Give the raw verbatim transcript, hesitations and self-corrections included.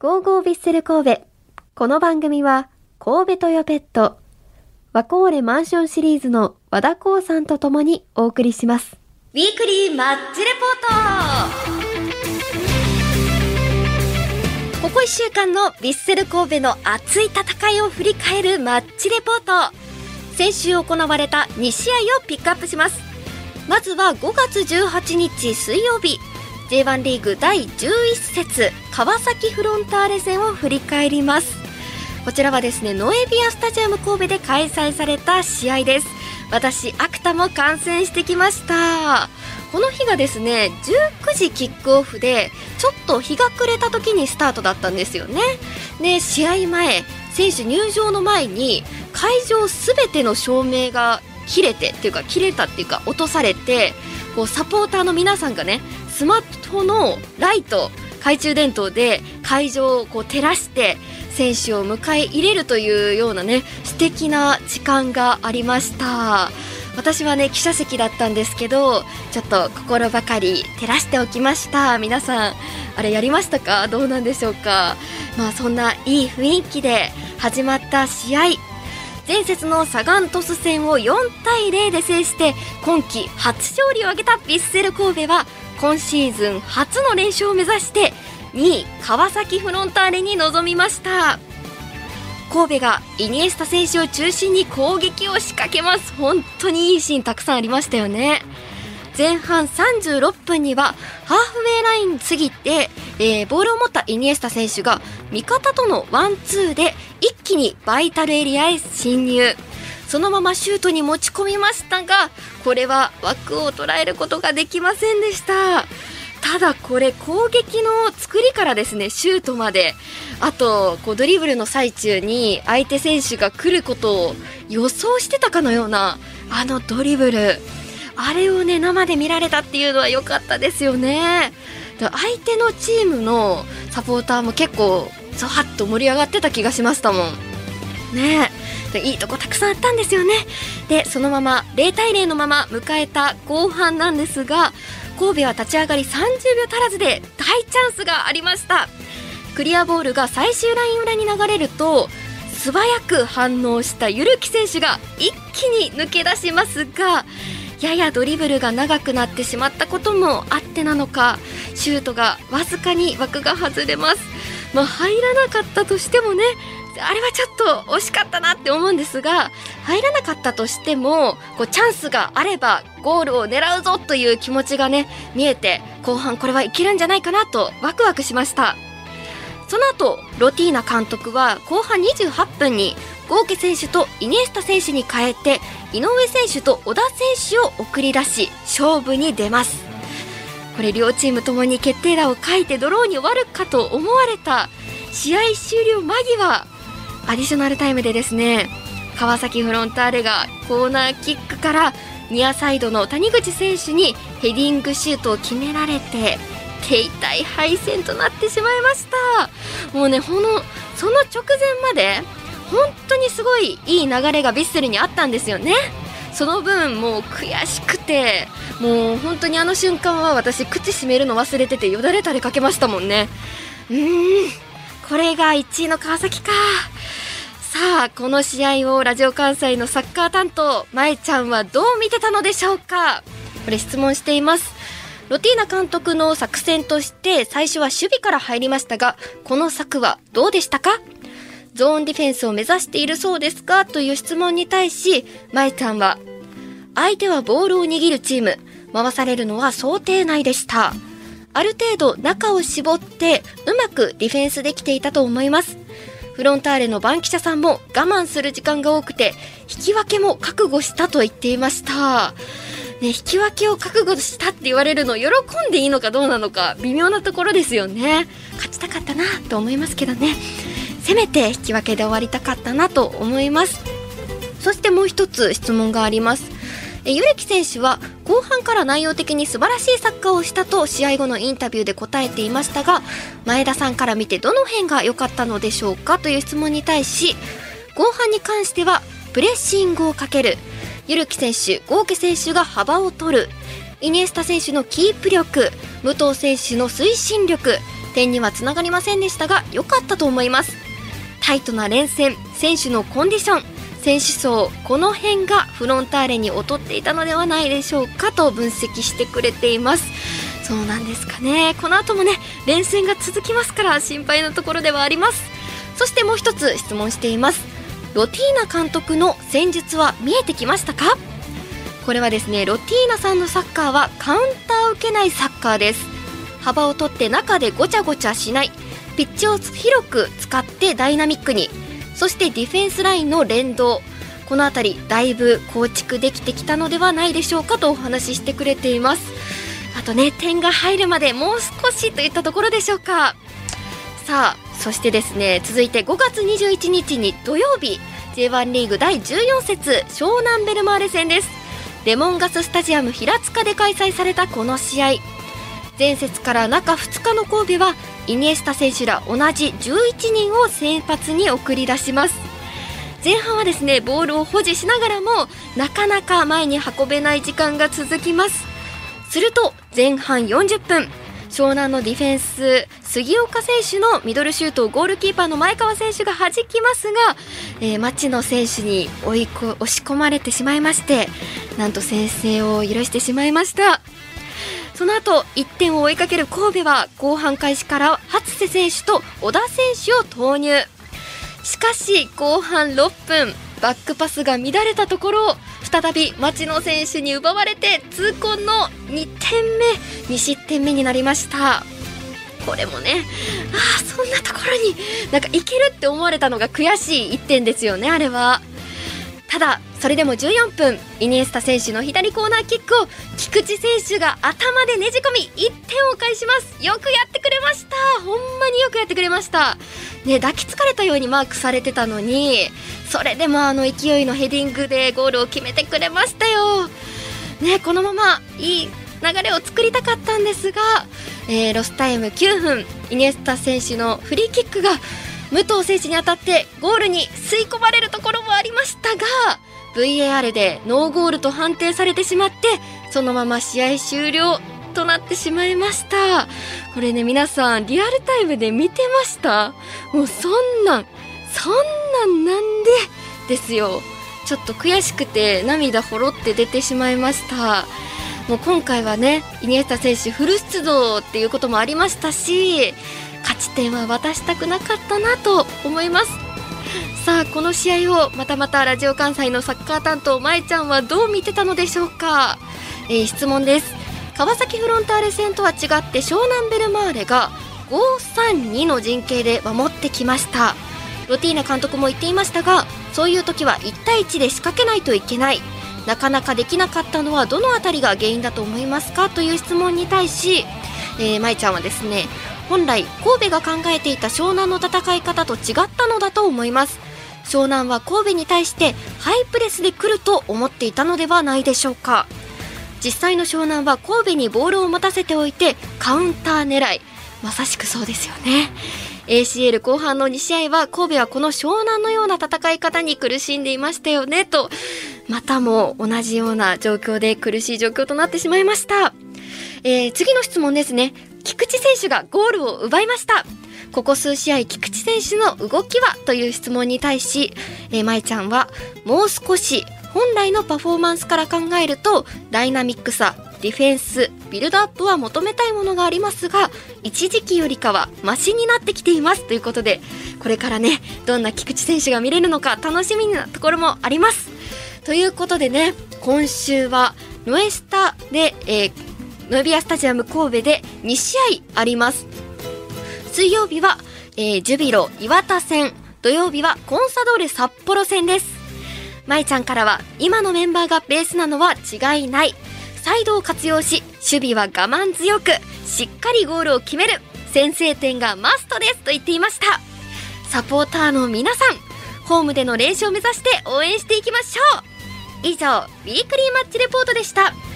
ゴーゴービッセル神戸。この番組は神戸トヨペット、ワコーレマンションシリーズの和田光さんと共にお送りします。 ウィークリーマッチレポート。ここいっしゅうかんのヴィッセル神戸の熱い戦いを振り返るマッチレポート。先週行われたにしあいをピックアップします。まずはごがつじゅうはちにち水曜日、 ジェイワン リーグだいじゅういっせつ川崎フロンターレ戦を振り返ります。こちらはですね、ノエビアスタジアム神戸で開催された試合です。私アクタも観戦してきました。この日がですねじゅうくじキックオフで、ちょっと日が暮れた時にスタートだったんですよね。で、試合前、選手入場の前に会場すべての照明が切れてっていうか切れたっていうか落とされて、こうサポーターの皆さんがね、スマホのライト、懐中電灯で会場をこう照らして選手を迎え入れるというようなね、素敵な時間がありました。私はね記者席だったんですけど、ちょっと心ばかり照らしておきました。皆さんあれやりましたか？どうなんでしょうか。まあそんないい雰囲気で始まった試合、前節のサガン鳥栖戦をよんたいゼロで制して今季初勝利を挙げたヴィッセル神戸は、今シーズン初の連勝を目指してにい川崎フロンターレに臨みました。神戸がイニエスタ選手を中心に攻撃を仕掛けます。本当にいいシーンたくさんありましたよね。前半さんじゅうろっぷんにはハーフウェイライン過ぎて、えー、ボールを持ったイニエスタ選手が味方とのワンツーで一気にバイタルエリアへ侵入。そのままシュートに持ち込みましたが、これは枠を捉えることができませんでした。ただこれ攻撃の作りからですね、シュートまで、あとこうドリブルの最中に相手選手が来ることを予想してたかのようなあのドリブル、あれをね生で見られたっていうのは良かったですよね。相手のチームのサポーターも結構ゾワッと盛り上がってた気がしましたもんね。いいとこたくさんあったんですよね。で、そのままゼロたいゼロのまま迎えた後半なんですが、神戸は立ち上がりさんじゅうびょう足らずで大チャンスがありました。クリアボールが最終ライン裏に流れると、素早く反応したゆるき選手が一気に抜け出しますが、ややドリブルが長くなってしまったこともあってなのか、シュートがわずかに枠が外れます。まあ、入らなかったとしてもね、あれはちょっと惜しかったなって思うんですが、入らなかったとしてもこうチャンスがあればゴールを狙うぞという気持ちがね見えて、後半これはいけるんじゃないかなとワクワクしました。その後ロティーナ監督は後半にじゅうはっぷんにゴーケ選手とイニエスタ選手に変えて、井上選手と小田選手を送り出し勝負に出ます。これ両チームともに決定打を書いてドローに終わるかと思われた試合終了間際、アディショナルタイムでですね、川崎フロンターレがコーナーキックからニアサイドの谷口選手にヘディングシュートを決められて、手痛い敗戦となってしまいました。もうね、このその直前まで本当にすごいいい流れがヴィッセルにあったんですよね。その分もう悔しくて、もう本当にあの瞬間は私口閉めるの忘れててよだれ垂れかけましたもんね。うーん、これがいちいの川崎か。さあ、この試合をラジオ関西のサッカー担当まえちゃんはどう見てたのでしょうか。これ質問しています。ロティーナ監督の作戦として最初は守備から入りましたが、この策はどうでしたか？ゾーンディフェンスを目指しているそうですかという質問に対し、まえちゃんは、相手はボールを握るチーム、回されるのは想定内でした。ある程度中を絞ってうまくディフェンスできていたと思います。フロンターレの番記者さんも我慢する時間が多くて引き分けも覚悟したと言っていました、ね、引き分けを覚悟したって言われるの喜んでいいのかどうなのか微妙なところですよね。勝ちたかったなと思いますけどね、せめて引き分けで終わりたかったなと思います。そしてもう一つ質問があります。ゆるき選手は後半から内容的に素晴らしいサッカーをしたと試合後のインタビューで答えていましたが、前田さんから見てどの辺が良かったのでしょうかという質問に対し、後半に関してはプレッシングをかける、ゆるき選手、ゴーケ選手が幅を取る、イニエスタ選手のキープ力、武藤選手の推進力、 点にはつながりませんでしたが良かったと思います。タイトな連戦、選手のコンディション、選手層、この辺がフロンターレに劣っていたのではないでしょうかと分析してくれています。そうなんですかね。この後もね連戦が続きますから心配なところではあります。そしてもう一つ質問しています。ロティーナ監督の戦術は見えてきましたか？これはですね、ロティーナさんのサッカーはカウンターを受けないサッカーです。幅を取って中でごちゃごちゃしない、ピッチを広く使ってダイナミックに、そしてディフェンスラインの連動、このあたりだいぶ構築できてきたのではないでしょうかとお話ししてくれています。あとね、点が入るまでもう少しといったところでしょうか。さあ、そしてですね、続いてごがつにじゅういちにちに土曜日 ジェイワン リーグだいじゅうよん節湘南ベルマーレ戦です。レモンガススタジアム平塚で開催されたこの試合、前節から中ふつかの神戸はイニエスタ選手ら同じじゅういちにんを先発に送り出します。前半はですねボールを保持しながらもなかなか前に運べない時間が続きます。すると前半よんじゅっぷん、湘南のディフェンス杉岡選手のミドルシュートをゴールキーパーの前川選手が弾きますが、えー、町野選手に追いこ押し込まれてしまいまして、なんと先制を許してしまいました。その後いってんを追いかける神戸は後半開始から初瀬選手と小田選手を投入。しかし後半ろっぷん、バックパスが乱れたところ再び町野選手に奪われて痛恨のにてんめ、に失点目になりました。これもね、ああそんなところになんかいけるって思われたのが悔しいいってんですよね、あれは。ただそれでもじゅうよんぷん、イニエスタ選手の左コーナーキックを菊池選手が頭でねじ込みいってんを返します。よくやってくれました。ほんまによくやってくれましたね。抱きつかれたようにマークされてたのに、それでもあの勢いのヘディングでゴールを決めてくれましたよね。このままいい流れを作りたかったんですが、えー、ロスタイムきゅうふん、イニエスタ選手のフリーキックが武藤選手に当たってゴールに吸い込まれるところもありましたが、 ブイエーアール でノーゴールと判定されてしまって、そのまま試合終了となってしまいました。これね、皆さんリアルタイムで見てました？もうそんなんそんなんなんでですよ。ちょっと悔しくて涙ほろって出てしまいました。もう今回はね、イニエスタ選手フル出動っていうこともありましたし、勝ち点は渡したくなかったなと思います。さあ、この試合をまたまたラジオ関西のサッカー担当まえちゃんはどう見てたのでしょうか。えー、質問です。川崎フロンターレ戦とは違って湘南ベルマーレがごさんにの陣形で守ってきました。ロティーナ監督も言っていましたが、そういう時はいちたいいちで仕掛けないといけない、なかなかできなかったのはどのあたりが原因だと思いますかという質問に対し、えー、まいちゃんはですね、本来神戸が考えていた湘南の戦い方と違ったのだと思います。湘南は神戸に対してハイプレスで来ると思っていたのではないでしょうか。実際の湘南は神戸にボールを持たせておいてカウンター狙い、まさしくそうですよね。 エーシーエル 後半のに試合は神戸はこの湘南のような戦い方に苦しんでいましたよねと、またも同じような状況で苦しい状況となってしまいました。えー、次の質問ですね。菊池選手がゴールを奪いました。ここ数試合菊池選手の動きはという質問に対し、えー、まいちゃんはもう少し本来のパフォーマンスから考えるとダイナミックさ、ディフェンス、ビルドアップは求めたいものがありますが、一時期よりかはマシになってきていますということで、これからね、どんな菊池選手が見れるのか楽しみなところもあります。ということでね、今週はノエスタで、えー、ノエビアスタジアム神戸でに試合あります。水曜日は、えー、ジュビロ磐田戦、土曜日はコンサドーレ札幌戦です。まいちゃんからは、今のメンバーがベースなのは違いない、サイドを活用し守備は我慢強くしっかりゴールを決める、先制点がマストですと言っていました。サポーターの皆さん、ホームでの連勝を目指して応援していきましょう。以上、ウィークリーマッチレポートでした。